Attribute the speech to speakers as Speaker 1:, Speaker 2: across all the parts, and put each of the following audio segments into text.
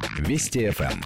Speaker 1: Вести ФМ.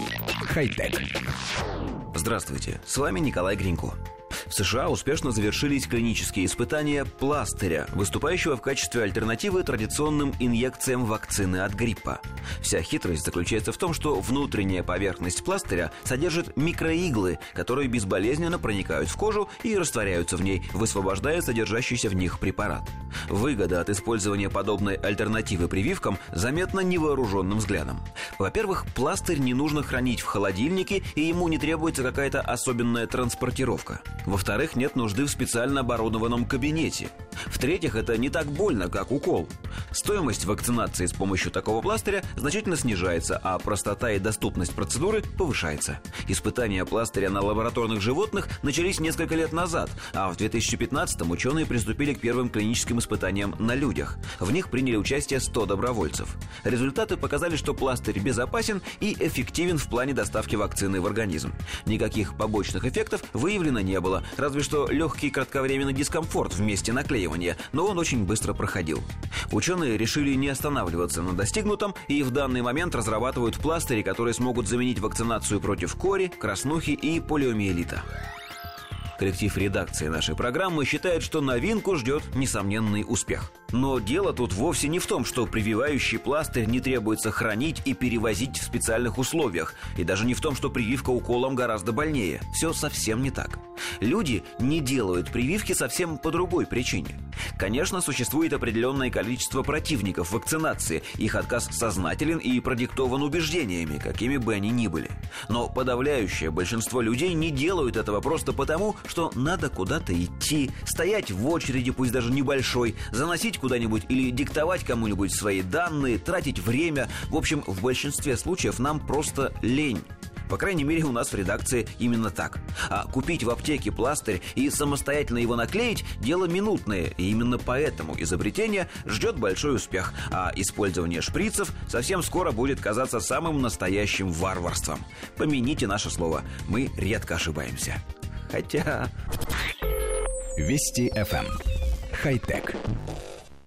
Speaker 1: Хай-тек.
Speaker 2: Здравствуйте, с вами Николай Гринько. В США успешно завершились клинические испытания пластыря, выступающего в качестве альтернативы традиционным инъекциям вакцины от гриппа. Вся хитрость заключается в том, что внутренняя поверхность пластыря содержит микроиглы, которые безболезненно проникают в кожу и растворяются в ней, высвобождая содержащийся в них препарат. Выгода от использования подобной альтернативы прививкам заметна невооруженным взглядом. Во-первых, пластырь не нужно хранить в холодильнике, и ему не требуется какая-то особенная транспортировка. Во-вторых, нет нужды в специально оборудованном кабинете. В-третьих, это не так больно, как укол. Стоимость вакцинации с помощью такого пластыря значительно снижается, а простота и доступность процедуры повышается. Испытания пластыря на лабораторных животных начались несколько лет назад, а в 2015-м ученые приступили к первым клиническим испытаниям на людях. В них приняли участие 100 добровольцев. Результаты показали, что пластырь безопасен и эффективен в плане доставки вакцины в организм. Никаких побочных эффектов выявлено не было, разве что легкий кратковременный дискомфорт в месте наклеивания, но он очень быстро проходил. Ученые решили не останавливаться на достигнутом и в данный момент разрабатывают пластыри, которые смогут заменить вакцинацию против кори, краснухи и полиомиелита. Коллектив редакции нашей программы считает, что новинку ждет несомненный успех. Но дело тут вовсе не в том, что прививающий пластырь не требуется хранить и перевозить в специальных условиях, и даже не в том, что прививка уколом гораздо больнее. Все совсем не так. Люди не делают прививки совсем по другой причине. Конечно, существует определенное количество противников вакцинации. Их отказ сознателен и продиктован убеждениями, какими бы они ни были. Но подавляющее большинство людей не делают этого просто потому, что надо куда-то идти, стоять в очереди, пусть даже небольшой, заносить куда-нибудь или диктовать кому-нибудь свои данные, тратить время. В общем, в большинстве случаев нам просто лень. По крайней мере, у нас в редакции именно так. А купить в аптеке пластырь и самостоятельно его наклеить – дело минутное. И именно поэтому изобретение ждет большой успех. А использование шприцев совсем скоро будет казаться самым настоящим варварством. Помяните наше слово, мы редко ошибаемся. Хотя...
Speaker 1: Вести ФМ. Хай-тек.